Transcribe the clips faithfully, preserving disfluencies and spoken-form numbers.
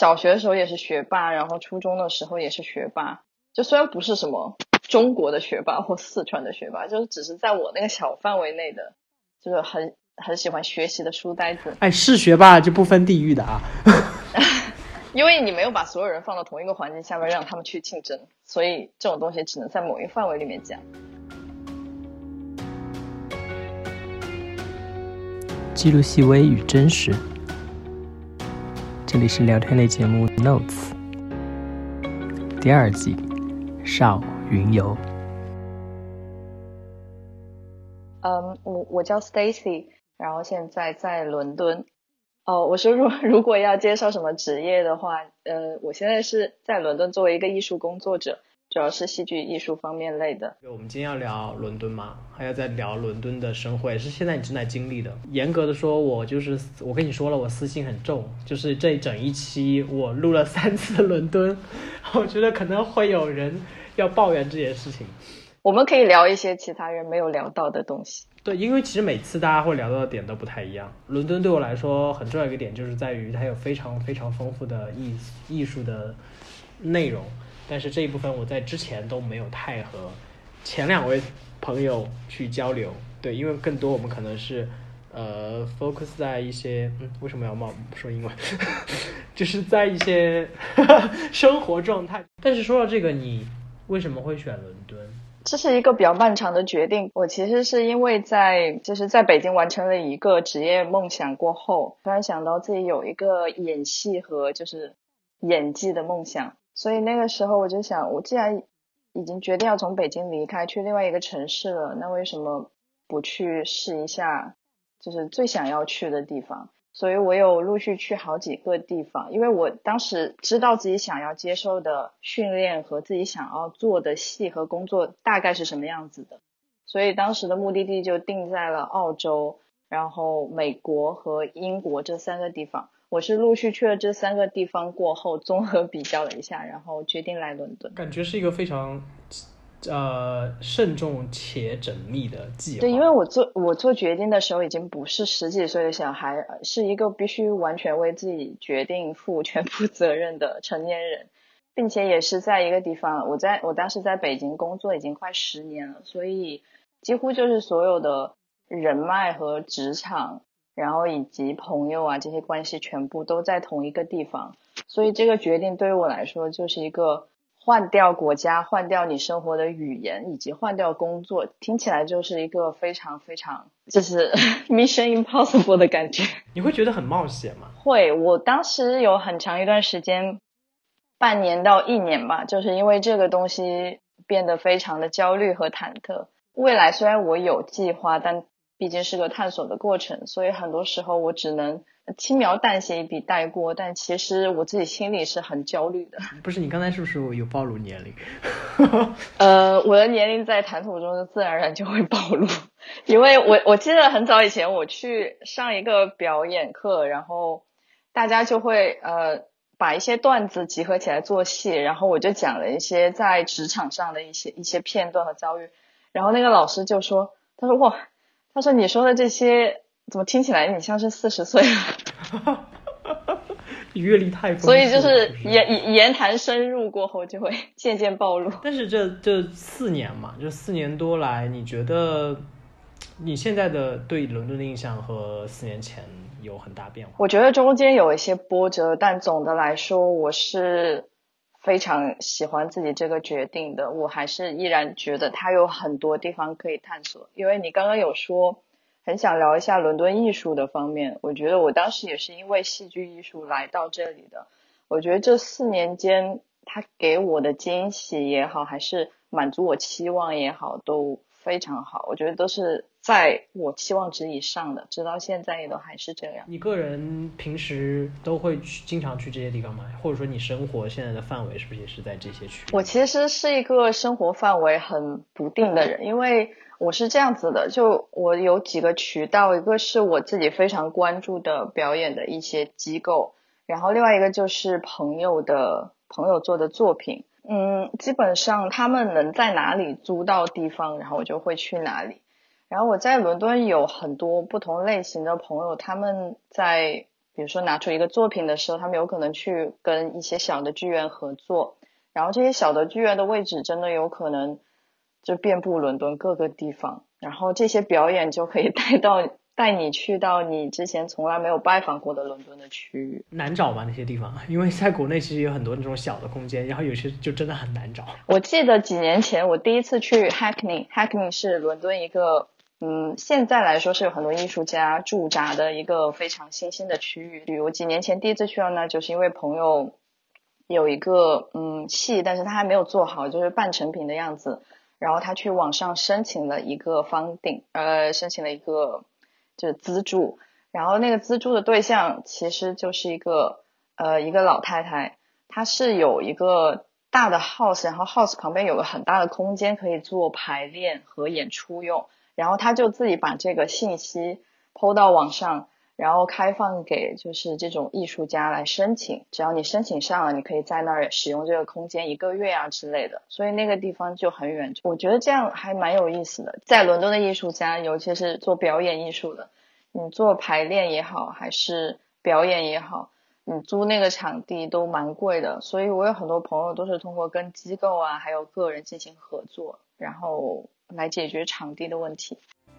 小学的时候也是学霸，然后初中的时候也是学霸，就虽然不是什么中国的学霸或四川的学霸，就是只是在我那个小范围内的，就是很很喜欢学习的书呆子。 哎，是学霸就不分地域的啊。 因为你没有把所有人放到同一个环境下面让他们去竞争，所以这种东西只能在某一范围里面讲。 记录细微与真实，这里是聊天类节目 Notes 第二季少云游。 嗯，我我叫 Stacy， 然后现在在伦敦。哦，我说如如果要介绍什么职业的话，呃，我现在是在伦敦作为一个艺术工作者，主要是戏剧艺术方面类的。 我们今天要聊伦敦嘛，还要再聊伦敦的生活，也是现在你正在经历的。严格的说，我就是我跟你说了，我私心很重，就是这整一期我录了三次伦敦，我觉得可能会有人要抱怨这件事情。 我们可以聊一些其他人没有聊到的东西。 对，因为其实每次大家会聊到的点都不太一样。伦敦对我来说很重要一个点就是在于它有非常非常丰富的艺艺术的内容，但是这一部分我在之前都没有太和前两位朋友去交流。对，因为更多我们可能是呃 focus 在一些嗯为什么要冒说英文就是在一些生活状态。但是说到这个，你为什么会选伦敦？ 这是一个比较漫长的决定。我其实是因为在就是在北京完成了一个职业梦想过后，突然想到自己有一个演戏和就是演技的梦想，所以那个时候我就想，我既然已经决定要从北京离开去另外一个城市了，那为什么不去试一下就是最想要去的地方。所以我有陆续去好几个地方，因为我当时知道自己想要接受的训练和自己想要做的戏和工作大概是什么样子的，所以当时的目的地就定在了澳洲，然后美国和英国这三个地方。我是陆续去了这三个地方过后，综合比较了一下，然后决定来伦敦。 感觉是一个非常呃慎重且缜密的计划。 对，因为我做我做决定的时候已经不是十几岁的小孩，是一个必须完全为自己决定负全部责任的成年人，并且也是在一个地方，我在我当时在北京工作已经快十年了，所以几乎就是所有的人脉和职场，然后以及朋友啊这些关系全部都在同一个地方，所以这个决定对于我来说就是一个换掉国家，换掉你生活的语言，以及换掉工作，听起来就是一个非常非常就是 Mission Impossible 的感觉。 你会觉得很冒险吗？ 会，我当时有很长一段时间，半年到一年吧，就是因为这个东西变得非常的焦虑和忐忑。未来虽然我有计划，但毕竟是个探索的过程，所以很多时候我只能轻描淡写一笔带过，但其实我自己心里是很焦虑的。 不是，你刚才是不是有暴露年龄？ 呃，我的年龄在谈吐中自然而然就会暴露，因为我我记得很早以前我去上一个表演课，然后大家就会呃把一些段子集合起来做戏，然后我就讲了一些在职场上的一些一些片段和遭遇，然后那个老师就说，他说哇，他说你说的这些怎么听起来你像是四十岁了？ 阅历太丰富， 所以就是言言谈深入过后就会渐渐暴露。 但是这这四年嘛，就四年多来，你觉得你现在的对伦敦的印象和四年前有很大变化？ 我觉得中间有一些波折，但总的来说我是非常喜欢自己这个决定的。我还是依然觉得它有很多地方可以探索，因为你刚刚有说很想聊一下伦敦艺术的方面，我觉得我当时也是因为戏剧艺术来到这里的。我觉得这四年间它给我的惊喜也好，还是满足我期望也好，都非常好，我觉得都是在我期望值以上的，直到现在也都还是这样。 你个人平时都会去经常去这些地方吗？或者说你生活现在的范围是不是也是在这些区域？ 我其实是一个生活范围很不定的人，因为我是这样子的，就我有几个渠道，一个是我自己非常关注的表演的一些机构，然后另外一个就是朋友的朋友做的作品。嗯，基本上他们能在哪里租到地方，然后我就会去哪里。然后我在伦敦有很多不同类型的朋友，他们在比如说拿出一个作品的时候，他们有可能去跟一些小的剧院合作，然后这些小的剧院的位置真的有可能就遍布伦敦各个地方，然后这些表演就可以带到带你去到你之前从来没有拜访过的伦敦的区域。 难找吗那些地方？因为在国内其实有很多那种小的空间，然后有些就真的很难找。 我记得几年前我第一次去 Hackney Hackney 是伦敦一个嗯，现在来说是有很多艺术家驻扎的一个非常新兴的区域。我几年前第一次去到那，就是因为朋友有一个嗯戏，但是他还没有做好，就是半成品的样子，然后他去网上申请了一个funding，呃，申请了一个就是资助，然后那个资助的对象其实就是一个呃一个老太太，她是有一个大的 house， 然后 house 旁边有个很大的空间可以做排练和演出用。然后他就自己把这个信息 po 到网上，然后开放给就是这种艺术家来申请，只要你申请上了，你可以在那儿使用这个空间一个月啊之类的，所以那个地方就很远。我觉得这样还蛮有意思的。在伦敦的艺术家，尤其是做表演艺术的，你做排练也好还是表演也好，你租那个场地都蛮贵的，所以我有很多朋友都是通过跟机构啊还有个人进行合作，然后来解决场地的问题。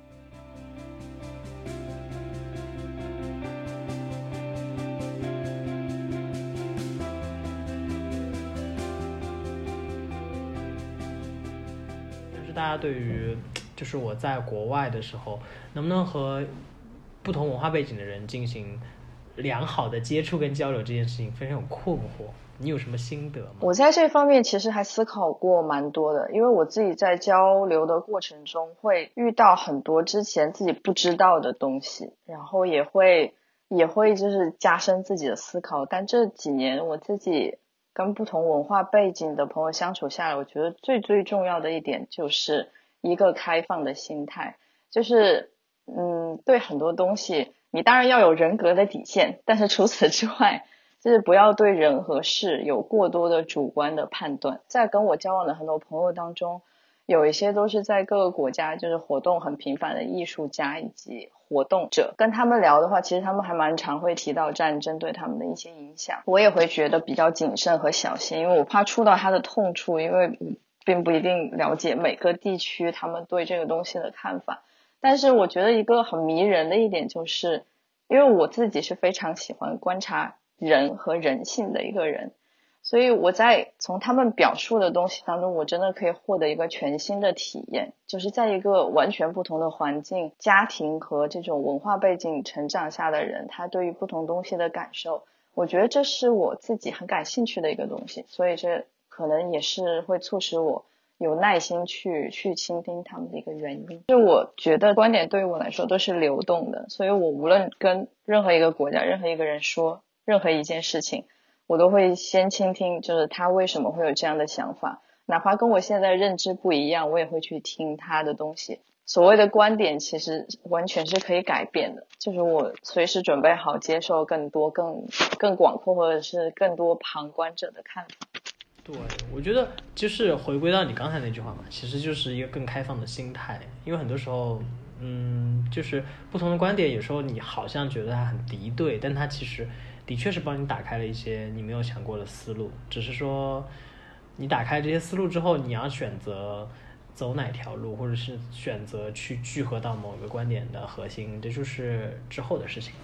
就是大家对于就是我在国外的时候能不能和不同文化背景的人进行良好的接触跟交流这件事情非常有困惑，你有什么心得吗？ 我在这方面其实还思考过蛮多的，因为我自己在交流的过程中会遇到很多之前自己不知道的东西，然后也会也会就是加深自己的思考。但这几年我自己跟不同文化背景的朋友相处下来，我觉得最最重要的一点就是一个开放的心态，就是嗯，对很多东西你当然要有人格的底线，但是除此之外就是不要对人和事有过多的主观的判断。在跟我交往的很多朋友当中，有一些都是在各个国家就是活动很频繁的艺术家以及活动者，跟他们聊的话，其实他们还蛮常会提到战争对他们的一些影响。我也会觉得比较谨慎和小心，因为我怕触到他的痛处，因为并不一定了解每个地区他们对这个东西的看法。但是我觉得一个很迷人的一点就是，因为我自己是非常喜欢观察人和人性的一个人，所以我在从他们表述的东西当中，我真的可以获得一个全新的体验，就是在一个完全不同的环境、家庭和这种文化背景成长下的人，他对于不同东西的感受，我觉得这是我自己很感兴趣的一个东西，所以这可能也是会促使我有耐心去去倾听他们的一个原因。就我觉得观点对于我来说都是流动的，所以我无论跟任何一个国家、任何一个人说任何一件事情，我都会先倾听，就是他为什么会有这样的想法，哪怕跟我现在认知不一样，我也会去听他的东西。所谓的观点其实完全是可以改变的，就是我随时准备好接受更多更更广阔或者是更多旁观者的看法。 对，我觉得就是回归到你刚才那句话嘛，其实就是一个更开放的心态。因为很多时候嗯，就是不同的观点，有时候你好像觉得它很敌对，但它其实的确是帮你打开了一些你没有想过的思路，只是说你打开这些思路之后，你要选择走哪条路，或者是选择去聚合到某个观点的核心，这就是之后的事情。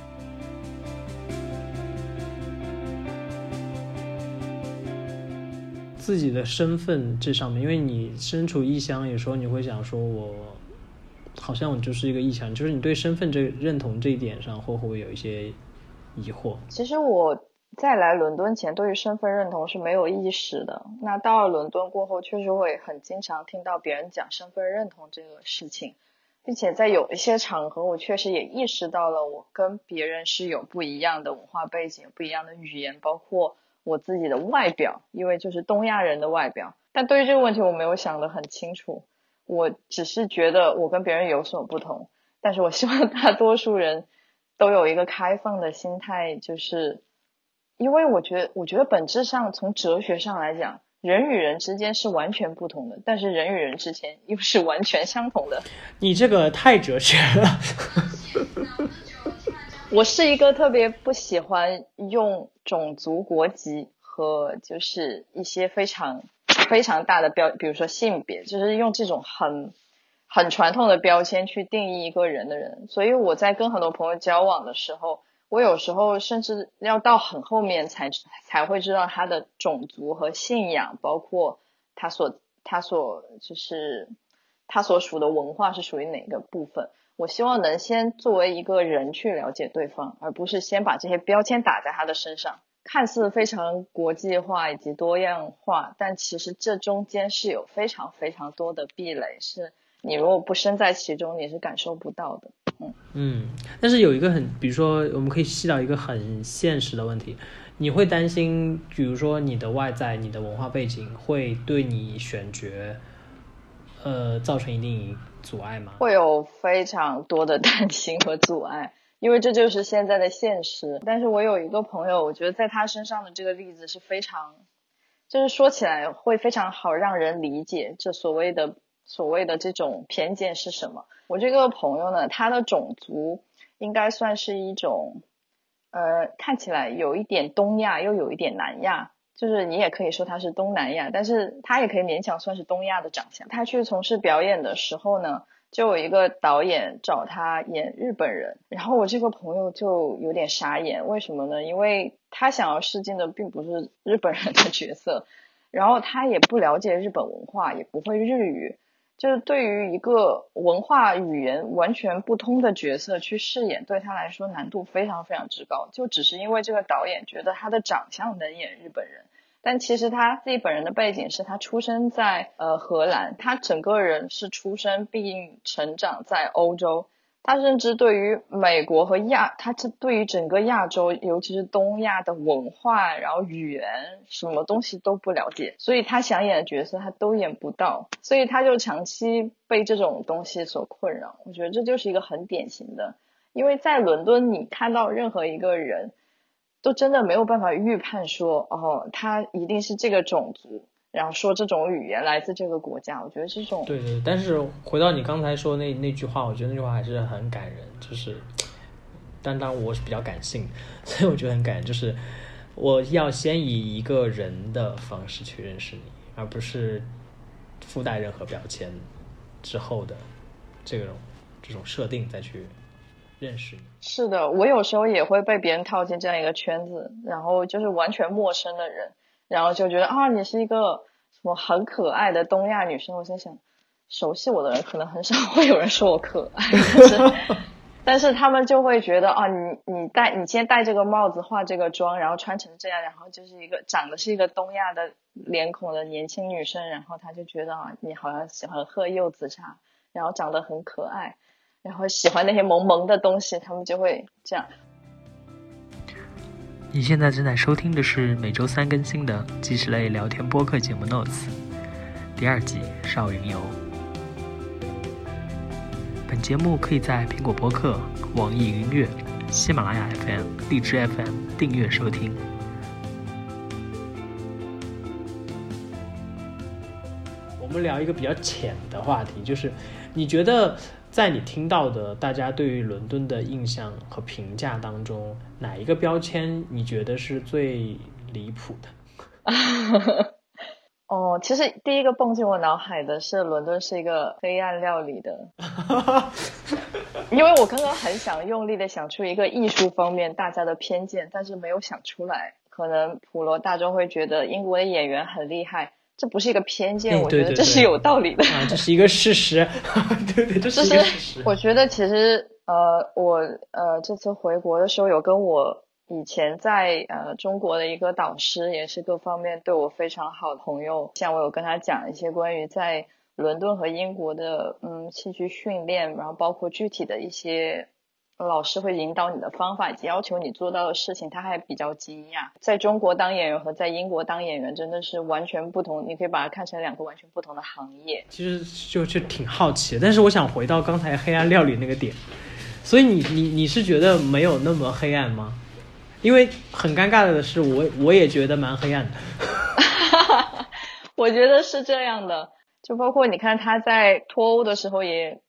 自己的身份这上面，因为你身处异乡，有时候你会想说我好像我就是一个异乡，就是你对身份这认同这一点上会不会有一些疑惑？ 其实我在来伦敦前对于身份认同是没有意识的，那到了伦敦过后确实会很经常听到别人讲身份认同这个事情，并且在有一些场合我确实也意识到了我跟别人是有不一样的文化背景，不一样的语言，包括我自己的外表，因为就是东亚人的外表。但对于这个问题我没有想得很清楚，我只是觉得我跟别人有所不同，但是我希望大多数人都有一个开放的心态，就是因为我觉得我觉得本质上从哲学上来讲，人与人之间是完全不同的，但是人与人之间又是完全相同的。 你这个太哲学了我是一个特别不喜欢用种族、国籍和就是一些非常非常大的标，比如说性别，就是用这种很很传统的标签去定义一个人的人。所以我在跟很多朋友交往的时候，我有时候甚至要到很后面才才会知道他的种族和信仰，包括他所他所就是他所属的文化是属于哪个部分。我希望能先作为一个人去了解对方，而不是先把这些标签打在他的身上。看似非常国际化以及多样化，但其实这中间是有非常非常多的壁垒，是你如果不身在其中你是感受不到的。嗯嗯，但是有一个很，比如说我们可以细到一个很现实的问题，你会担心比如说你的外在你的文化背景会对你选角呃造成一定阻碍吗？ 会有非常多的担心和阻碍，因为这就是现在的现实。但是我有一个朋友，我觉得在他身上的这个例子是非常，就是说起来会非常好让人理解这所谓的所谓的这种偏见是什么。我这个朋友呢，他的种族应该算是一种呃看起来有一点东亚又有一点南亚，就是你也可以说他是东南亚，但是他也可以勉强算是东亚的长相。他去从事表演的时候呢，就有一个导演找他演日本人，然后我这个朋友就有点傻眼。为什么呢？因为他想要试镜的并不是日本人的角色，然后他也不了解日本文化，也不会日语，就是对于一个文化语言完全不通的角色去饰演，对他来说难度非常非常之高，就只是因为这个导演觉得他的长相能演日本人。但其实他自己本人的背景是他出生在呃荷兰，他整个人是出生并成长在欧洲，他甚至对于美国和亚，他这对于整个亚洲，尤其是东亚的文化，然后语言，什么东西都不了解，所以他想演的角色他都演不到，所以他就长期被这种东西所困扰。我觉得这就是一个很典型的，因为在伦敦你看到任何一个人都真的没有办法预判说哦他一定是这个种族，然后说这种语言来自这个国家。我觉得这种对对，但是回到你刚才说那那句话，我觉得那句话还是很感人，就是但当我是比较感性，所以我觉得很感人，就是我要先以一个人的方式去认识你，而不是附带任何标签之后的这种这种设定再去认识你。 是的，我有时候也会被别人套进这样一个圈子，然后就是完全陌生的人，然后就觉得啊你是一个什么很可爱的东亚女生。我在想熟悉我的人可能很少会有人说我可爱，但是但是他们就会觉得啊你你戴你今天戴这个帽子化这个妆，然后穿成这样，然后就是一个长得是一个东亚的脸孔的年轻女生，然后他就觉得啊你好像喜欢喝柚子茶，然后长得很可爱，然后喜欢那些萌萌的东西，他们就会这样。 你现在正在收听的是每周三更新的纪实类聊天播客节目 Notes 第二季少云游。本节目可以在苹果播客、网易云音乐、喜马拉雅 F M、荔枝 F M 订阅收听。我们聊一个比较浅的话题，就是你觉得在你听到的大家对于伦敦的印象和评价当中，哪一个标签你觉得是最离谱的？ 哦，其实第一个蹦进我脑海的是伦敦是一个黑暗料理的因为我刚刚很想用力的想出一个艺术方面大家的偏见，但是没有想出来。可能普罗大众会觉得英国的演员很厉害，这不是一个偏见、哎、我觉得这是有道理的啊，这是一个事实对对，这是一个事实。 我觉得其实呃，我呃这次回国的时候有跟我以前在呃中国的一个导师，也是各方面对我非常好的朋友，像我有跟他讲一些关于在伦敦和英国的嗯戏剧训练，然后包括具体的一些老师会引导你的方法以及要求你做到的事情，他还比较惊讶。在中国当演员和在英国当演员真的是完全不同，你可以把它看成两个完全不同的行业。 其实就就挺好奇的，但是我想回到刚才黑暗料理那个点，所以你你你是觉得没有那么黑暗吗？因为很尴尬的是我我也觉得蛮黑暗的我觉得是这样的，就包括你看他在脱欧的时候也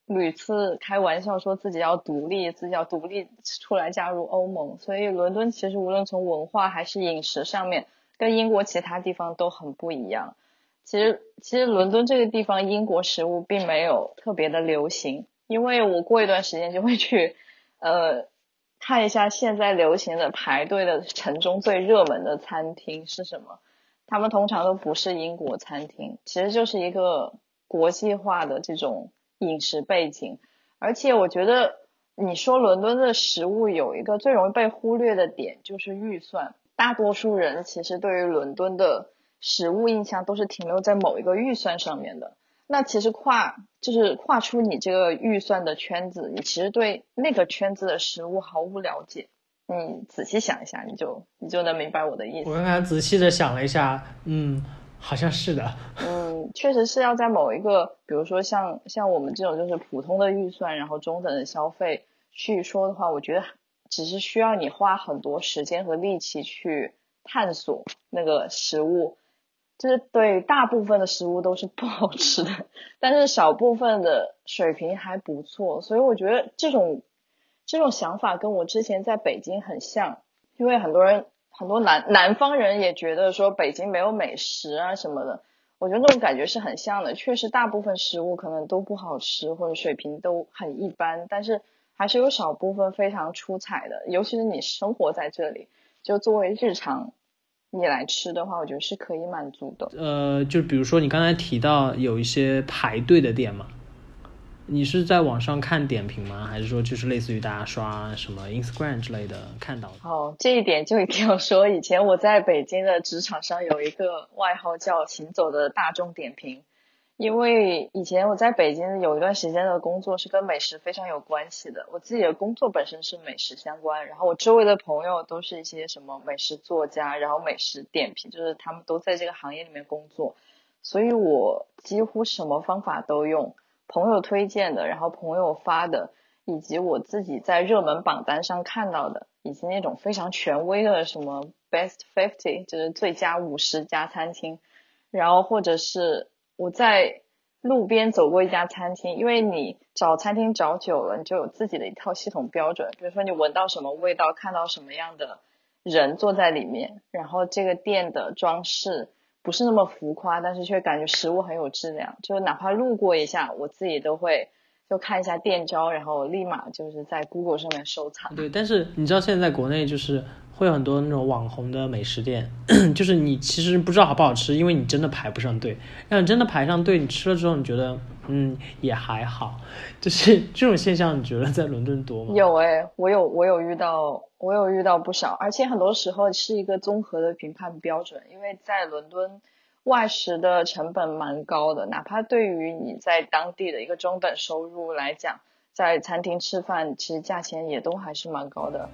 屡次开玩笑说自己要独立，自己要独立出来加入欧盟，所以伦敦其实无论从文化还是饮食上面，跟英国其他地方都很不一样。其实其实伦敦这个地方英国食物并没有特别的流行，因为我过一段时间就会去呃看一下现在流行的排队的城中最热门的餐厅是什么，他们通常都不是英国餐厅，其实就是一个国际化的这种饮食背景。而且我觉得你说伦敦的食物有一个最容易被忽略的点，就是预算。大多数人其实对于伦敦的食物印象都是停留在某一个预算上面的，那其实跨就是跨出你这个预算的圈子，你其实对那个圈子的食物毫无了解。你仔细想一下，你就你就能明白我的意思。 我刚才仔细的想了一下，嗯，好像是的。 嗯，确实是要在某一个，比如说像像我们这种就是普通的预算，然后中等的消费去说的话，我觉得只是需要你花很多时间和力气去探索那个食物。就是对大部分的食物都是不好吃的，但是少部分的水平还不错，所以我觉得这种这种想法跟我之前在北京很像，因为很多人很多南南方人也觉得说北京没有美食啊什么的，我觉得那种感觉是很像的。确实大部分食物可能都不好吃或者水平都很一般，但是还是有少部分非常出彩的，尤其是你生活在这里，就作为日常你来吃的话，我觉得是可以满足的。 呃，就比如说你刚才提到有一些排队的店嘛，你是在网上看点评吗？还是说就是类似于大家刷什么 Instagram 之类的看到的？ 哦，这一点就一定要说，以前我在北京的职场上有一个外号叫行走的大众点评。因为以前我在北京有一段时间的工作是跟美食非常有关系的，我自己的工作本身是美食相关，然后我周围的朋友都是一些什么美食作家，然后美食点评，就是他们都在这个行业里面工作，所以我几乎什么方法都用，朋友推荐的，然后朋友发的，以及我自己在热门榜单上看到的，以及那种非常权威的什么 Best 五十，就是最佳五十家餐厅，然后或者是我在路边走过一家餐厅，因为你找餐厅找久了，你就有自己的一套系统标准，比如说你闻到什么味道，看到什么样的人坐在里面，然后这个店的装饰不是那么浮夸，但是却感觉食物很有质量，就哪怕路过一下，我自己都会就看一下店招，然后立马就是在 Google 上面收藏。 对，但是你知道现在在国内就是会有很多那种网红的美食店，就是你其实不知道好不好吃，因为你真的排不上队。让你真的排上队，你吃了之后你觉得嗯也还好，就是这种现象，你觉得在伦敦多吗？ 有诶、欸，我有我有遇到我有遇到不少，而且很多时候是一个综合的评判标准，因为在伦敦外食的成本蛮高的，哪怕对于你在当地的一个中等收入来讲，在餐厅吃饭其实价钱也都还是蛮高的。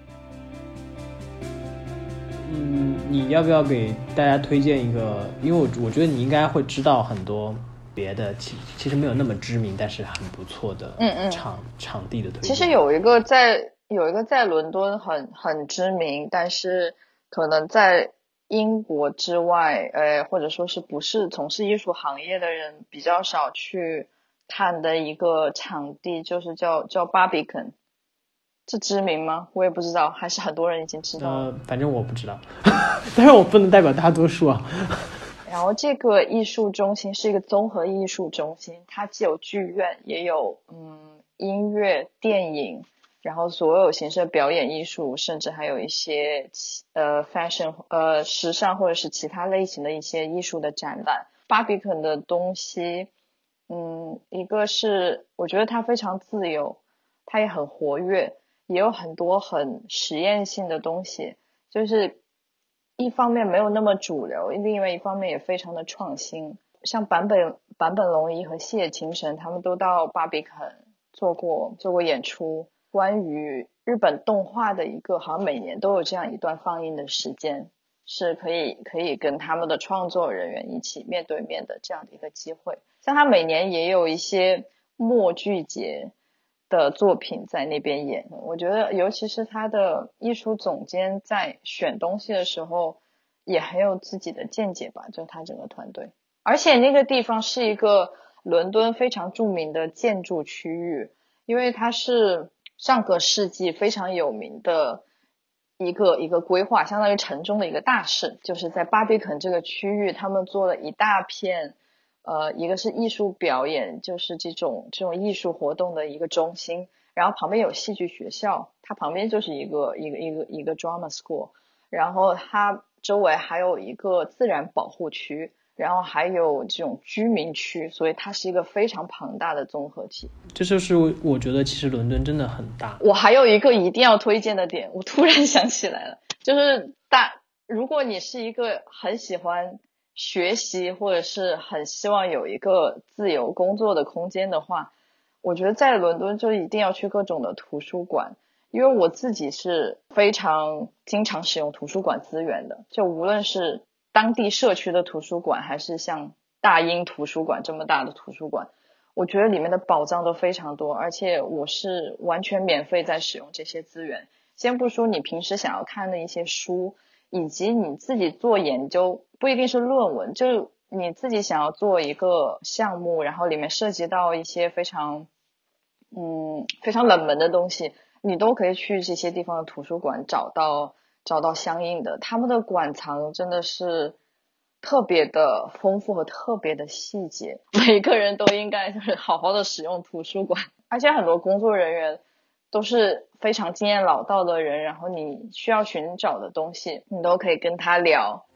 嗯，你要不要给大家推荐一个？因为我我觉得你应该会知道很多别的，其其实没有那么知名，但是很不错的嗯嗯场场地的推荐。 其实有一个在有一个在伦敦很很知名，但是可能在英国之外，呃，或者说是不是从事艺术行业的人比较少去看的一个场地，就是叫叫 Barbican。这知名吗？我也不知道，还是很多人已经知道了。 呃，反正我不知道，但是我不能代表大多数啊。 然后这个艺术中心是一个综合艺术中心，它既有剧院，也有嗯音乐、电影，然后所有形式的表演艺术，甚至还有一些呃 fashion 呃时尚或者是其他类型的一些艺术的展览。Barbican 的东西，嗯，一个是我觉得它非常自由，它也很活跃。也有很多很实验性的东西，就是一方面没有那么主流，另外一方面也非常的创新。像坂本坂本龙一和细野晴臣他们都到巴比肯做过做过演出，关于日本动画的一个，好像每年都有这样一段放映的时间，是可以可以跟他们的创作人员一起面对面的这样的一个机会。像他每年也有一些默剧节的作品在那边演，我觉得尤其是他的艺术总监在选东西的时候也很有自己的见解吧，就他整个团队。而且那个地方是一个伦敦非常著名的建筑区域，因为它是上个世纪非常有名的一个一个规划，相当于城中的一个大事，就是在巴比肯这个区域，他们做了一大片，呃，一个是艺术表演，就是这种这种艺术活动的一个中心，然后旁边有戏剧学校，它旁边就是一个一个一个一个 drama school， 然后它周围还有一个自然保护区，然后还有这种居民区，所以它是一个非常庞大的综合体。 这就是我觉得其实伦敦真的很大。 我还有一个一定要推荐的点，我突然想起来了，就是大如果你是一个很喜欢学习或者是很希望有一个自由工作的空间的话，我觉得在伦敦就一定要去各种的图书馆，因为我自己是非常经常使用图书馆资源的，就无论是当地社区的图书馆还是像大英图书馆这么大的图书馆，我觉得里面的宝藏都非常多，而且我是完全免费在使用这些资源。先不说你平时想要看的一些书，以及你自己做研究，不一定是论文，就你自己想要做一个项目，然后里面涉及到一些非常嗯非常冷门的东西，你都可以去这些地方的图书馆找到找到相应的，他们的馆藏真的是特别的丰富和特别的细节，每个人都应该就是好好的使用图书馆，而且很多工作人员都是非常经验老道的人，然后你需要寻找的东西你都可以跟他聊。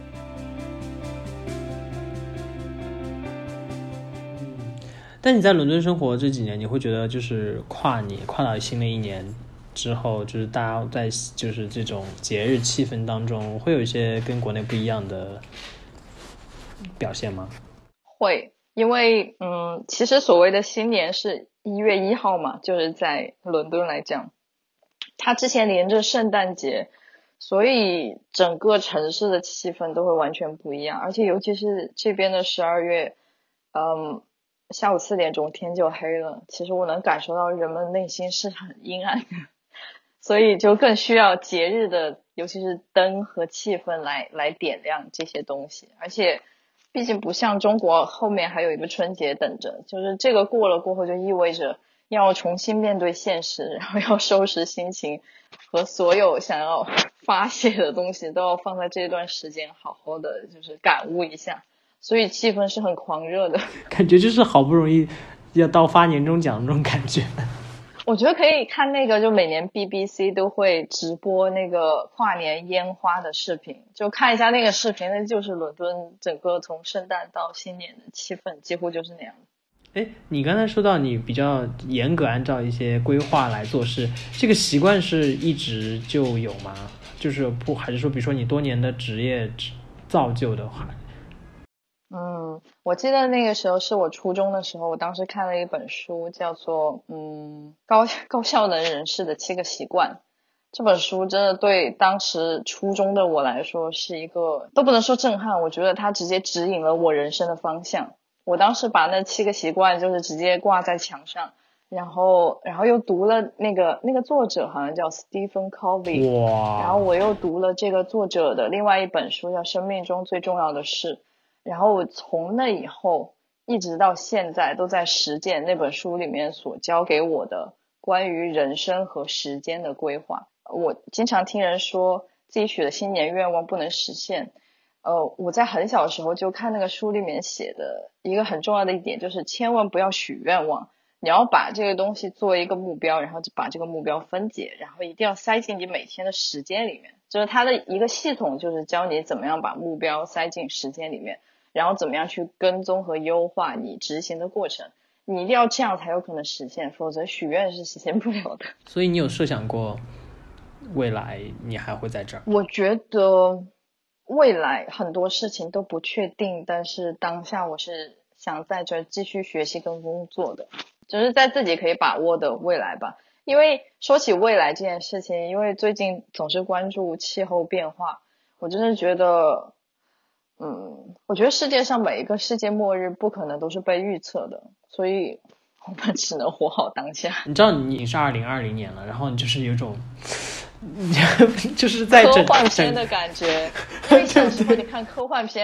但你在伦敦生活这几年，你会觉得就是跨年跨到新的一年之后，就是大家在就是这种节日气氛当中会有一些跟国内不一样的表现吗？ 会，因为嗯，其实所谓的新年是一月一号嘛，就是在伦敦来讲，它之前连着圣诞节，所以整个城市的气氛都会完全不一样，而且尤其是这边的十二月，嗯，下午四点钟天就黑了，其实我能感受到人们内心是很阴暗的，所以就更需要节日的，尤其是灯和气氛来来点亮这些东西，而且毕竟不像中国后面还有一个春节等着，就是这个过了过后就意味着要重新面对现实，然后要收拾心情和所有想要发泄的东西都要放在这段时间好好的就是感悟一下，所以气氛是很狂热的， 感觉就是好不容易要到发年终奖那种感觉。 我觉得可以看那个，就每年 B B C 都会直播那个跨年烟花的视频，就看一下那个视频，那就是伦敦整个从圣诞到新年的气氛几乎就是那样。 哎，你刚才说到你比较严格按照一些规划来做事，这个习惯是一直就有吗？就是不还是说比如说你多年的职业造就的话？ 嗯，我记得那个时候是我初中的时候，我当时看了一本书，叫做嗯高高效能人士的七个习惯。这本书真的对当时初中的我来说是一个都不能说震撼，我觉得它直接指引了我人生的方向。我当时把那七个习惯就是直接挂在墙上，然后然后又读了那个那个作者好像叫 Stephen Covey， 哇， 然后我又读了这个作者的另外一本书叫《生命中最重要的事》，然后我从那以后一直到现在都在实践那本书里面所教给我的关于人生和时间的规划。我经常听人说自己许的新年愿望不能实现，呃，我在很小的时候就看那个书里面写的一个很重要的一点，就是千万不要许愿望，你要把这个东西作为一个目标，然后就把这个目标分解，然后一定要塞进你每天的时间里面，就是它的一个系统，就是教你怎么样把目标塞进时间里面，然后怎么样去跟踪和优化你执行的过程，你一定要这样才有可能实现，否则许愿是实现不了的。 所以你有设想过未来你还会在这儿？ 我觉得未来很多事情都不确定，但是当下我是想在这儿继续学习跟工作的，就是在自己可以把握的未来吧。因为说起未来这件事情，因为最近总是关注气候变化，我真的觉得嗯，我觉得世界上每一个世界末日不可能都是被预测的，所以我们只能活好当下。 你知道你是二零二零年了，然后你就是有种就是在科幻片的感觉，因为小时候你看科幻片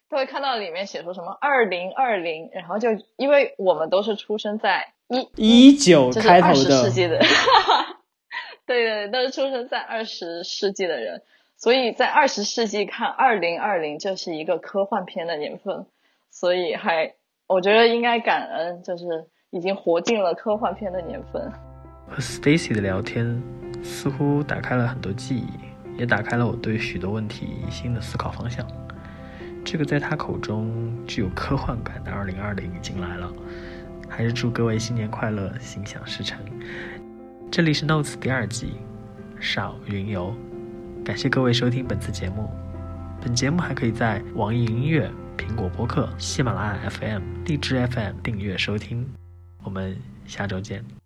都会看到里面写说什么二零二零，然后就因为我们都是出生在一一九开头的， 就是二十世纪的，对对，都是出生在二十世纪的人，所以在二十世纪看二零二零就是一个科幻片的年份，所以还我觉得应该感恩，就是已经活进了科幻片的年份。 和 Stacy 的聊天似乎打开了很多记忆，也打开了我对许多问题新的思考方向。这个在他口中具有科幻感的二零二零已经来了，还是祝各位新年快乐，心想事成。这里是 Notes 第二季，少云游，感谢各位收听本次节目。本节目还可以在网易云音乐、苹果播客、喜马拉雅 F M、荔枝 F M 订阅收听。我们下周见。